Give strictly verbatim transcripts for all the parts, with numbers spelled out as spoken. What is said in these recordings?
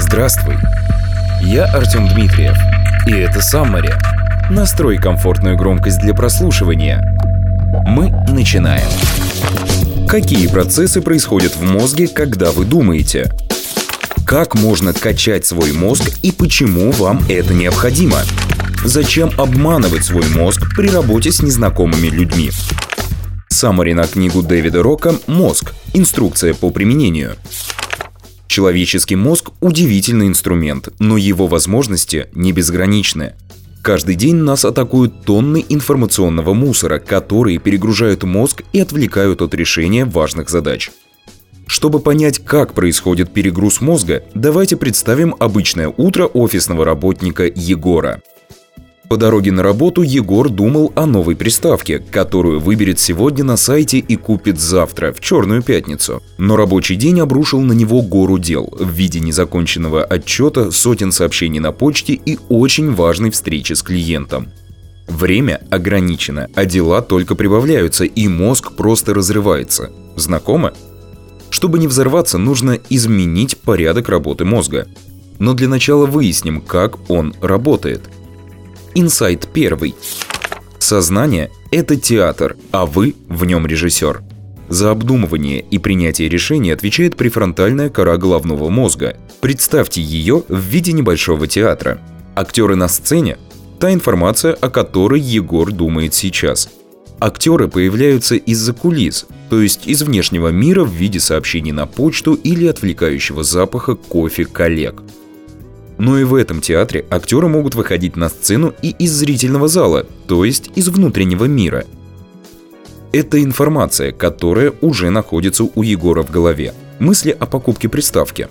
Здравствуй, я Артем Дмитриев, и это Summary. Настрой комфортную громкость для прослушивания. Мы начинаем. Какие процессы происходят в мозге, когда вы думаете? Как можно качать свой мозг и почему вам это необходимо? Зачем обманывать свой мозг при работе с незнакомыми людьми? Summary на книгу Дэвида Рока «Мозг. Инструкция по применению». Человеческий мозг – удивительный инструмент, но его возможности не безграничны. Каждый день нас атакуют тонны информационного мусора, которые перегружают мозг и отвлекают от решения важных задач. Чтобы понять, как происходит перегруз мозга, давайте представим обычное утро офисного работника Егора. По дороге на работу Егор думал о новой приставке, которую выберет сегодня на сайте и купит завтра, в Черную пятницу. Но рабочий день обрушил на него гору дел в виде незаконченного отчета, сотен сообщений на почте и очень важной встречи с клиентом. Время ограничено, а дела только прибавляются, и мозг просто разрывается. Знакомо? Чтобы не взорваться, нужно изменить порядок работы мозга. Но для начала выясним, как он работает. Инсайт первый. Сознание – это театр, а вы в нем режиссер. За обдумывание и принятие решений отвечает префронтальная кора головного мозга. Представьте ее в виде небольшого театра. Актеры на сцене – та информация, о которой Егор думает сейчас. Актеры появляются из-за кулис, то есть из внешнего мира в виде сообщений на почту или отвлекающего запаха кофе коллег. Но и в этом театре актеры могут выходить на сцену и из зрительного зала, то есть из внутреннего мира. Это информация, которая уже находится у Егора в голове. Мысли о покупке приставки.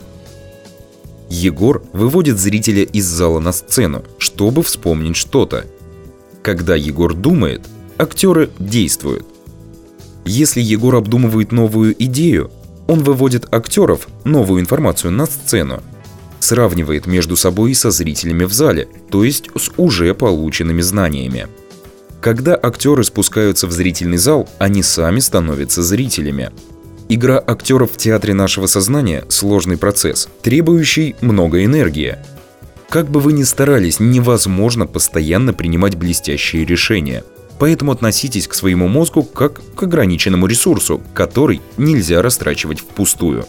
Егор выводит зрителя из зала на сцену, чтобы вспомнить что-то. Когда Егор думает, актеры действуют. Если Егор обдумывает новую идею, он выводит актеров, новую информацию, на сцену. Сравнивает между собой и со зрителями в зале, то есть с уже полученными знаниями. Когда актеры спускаются в зрительный зал, они сами становятся зрителями. Игра актеров в театре нашего сознания – сложный процесс, требующий много энергии. Как бы вы ни старались, невозможно постоянно принимать блестящие решения. Поэтому относитесь к своему мозгу как к ограниченному ресурсу, который нельзя растрачивать впустую.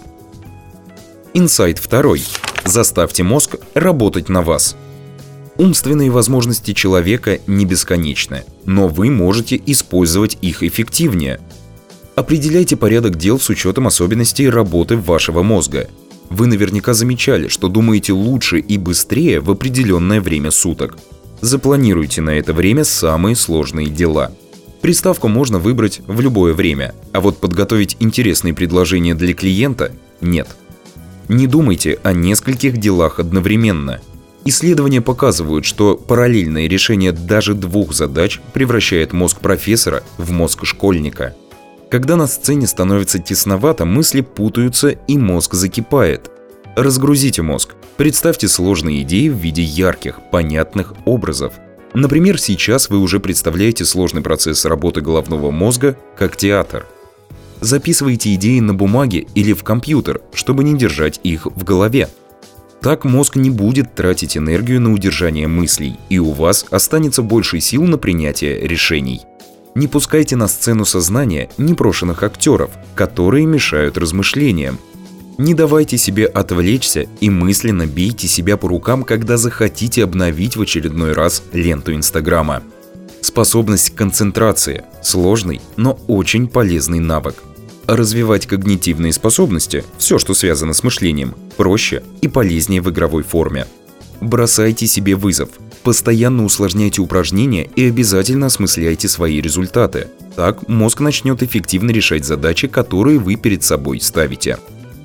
Инсайт второй. Заставьте мозг работать на вас. Умственные возможности человека не бесконечны, но вы можете использовать их эффективнее. Определяйте порядок дел с учетом особенностей работы вашего мозга. Вы наверняка замечали, что думаете лучше и быстрее в определенное время суток. Запланируйте на это время самые сложные дела. Приставку можно выбрать в любое время, а вот подготовить интересные предложения для клиента – нет. Не думайте о нескольких делах одновременно. Исследования показывают, что параллельное решение даже двух задач превращает мозг профессора в мозг школьника. Когда на сцене становится тесновато, мысли путаются и мозг закипает. Разгрузите мозг. Представьте сложные идеи в виде ярких, понятных образов. Например, сейчас вы уже представляете сложный процесс работы головного мозга как театр. Записывайте идеи на бумаге или в компьютер, чтобы не держать их в голове. Так мозг не будет тратить энергию на удержание мыслей, и у вас останется больше сил на принятие решений. Не пускайте на сцену сознания непрошенных актеров, которые мешают размышлениям. Не давайте себе отвлечься и мысленно бейте себя по рукам, когда захотите обновить в очередной раз ленту Инстаграма. Способность к концентрации – сложный, но очень полезный навык. Развивать когнитивные способности, все, что связано с мышлением, проще и полезнее в игровой форме. Бросайте себе вызов, постоянно усложняйте упражнения и обязательно осмысляйте свои результаты. Так мозг начнет эффективно решать задачи, которые вы перед собой ставите.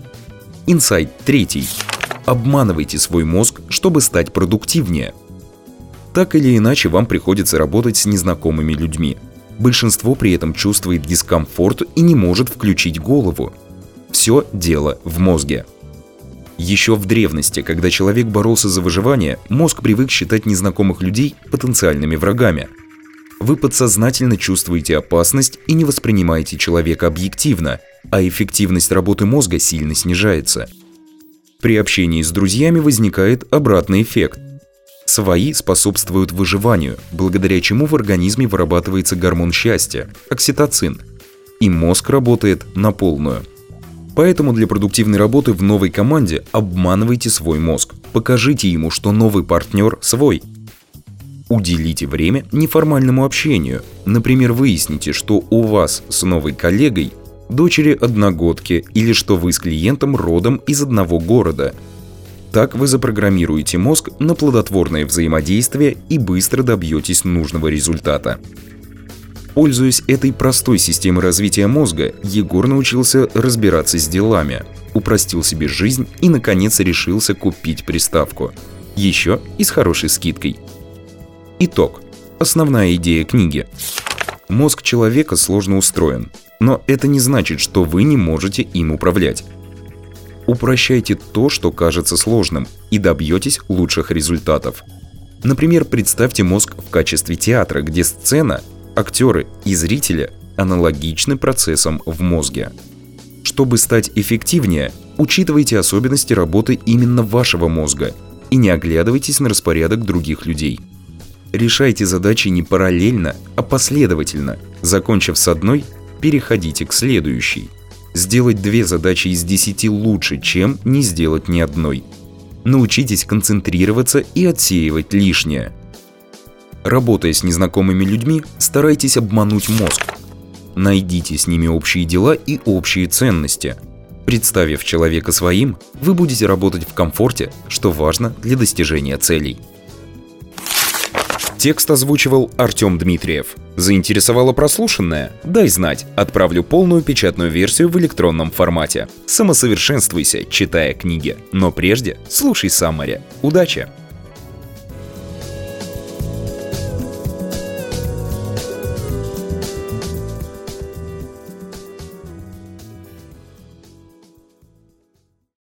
Инсайт третий. Обманывайте свой мозг, чтобы стать продуктивнее. Так или иначе, вам приходится работать с незнакомыми людьми. Большинство при этом чувствует дискомфорт и не может включить голову. Все дело в мозге. Еще в древности, когда человек боролся за выживание, мозг привык считать незнакомых людей потенциальными врагами. Вы подсознательно чувствуете опасность и не воспринимаете человека объективно, а эффективность работы мозга сильно снижается. При общении с друзьями возникает обратный эффект. Свои способствуют выживанию, благодаря чему в организме вырабатывается гормон счастья – окситоцин, и мозг работает на полную. Поэтому для продуктивной работы в новой команде обманывайте свой мозг, покажите ему, что новый партнер свой. Уделите время неформальному общению. Например, выясните, что у вас с новой коллегой дочери одногодки или что вы с клиентом родом из одного города. Так вы запрограммируете мозг на плодотворное взаимодействие и быстро добьетесь нужного результата. Пользуясь этой простой системой развития мозга, Егор научился разбираться с делами, упростил себе жизнь и, наконец, решился купить приставку. Еще и с хорошей скидкой. Итог. Основная идея книги. Мозг человека сложно устроен, но это не значит, что вы не можете им управлять. Упрощайте то, что кажется сложным, и добьетесь лучших результатов. Например, представьте мозг в качестве театра, где сцена, актеры и зрители аналогичны процессам в мозге. Чтобы стать эффективнее, учитывайте особенности работы именно вашего мозга и не оглядывайтесь на распорядок других людей. Решайте задачи не параллельно, а последовательно. Закончив с одной, переходите к следующей. Сделать две задачи из десяти лучше, чем не сделать ни одной. Научитесь концентрироваться и отсеивать лишнее. Работая с незнакомыми людьми, старайтесь обмануть мозг. Найдите с ними общие дела и общие ценности. Представив человека своим, вы будете работать в комфорте, что важно для достижения целей. Текст озвучивал Артем Дмитриев. Заинтересовало прослушанное? Дай знать, отправлю полную печатную версию в электронном формате. Самосовершенствуйся, читая книги. Но прежде слушай Саммари. Удачи!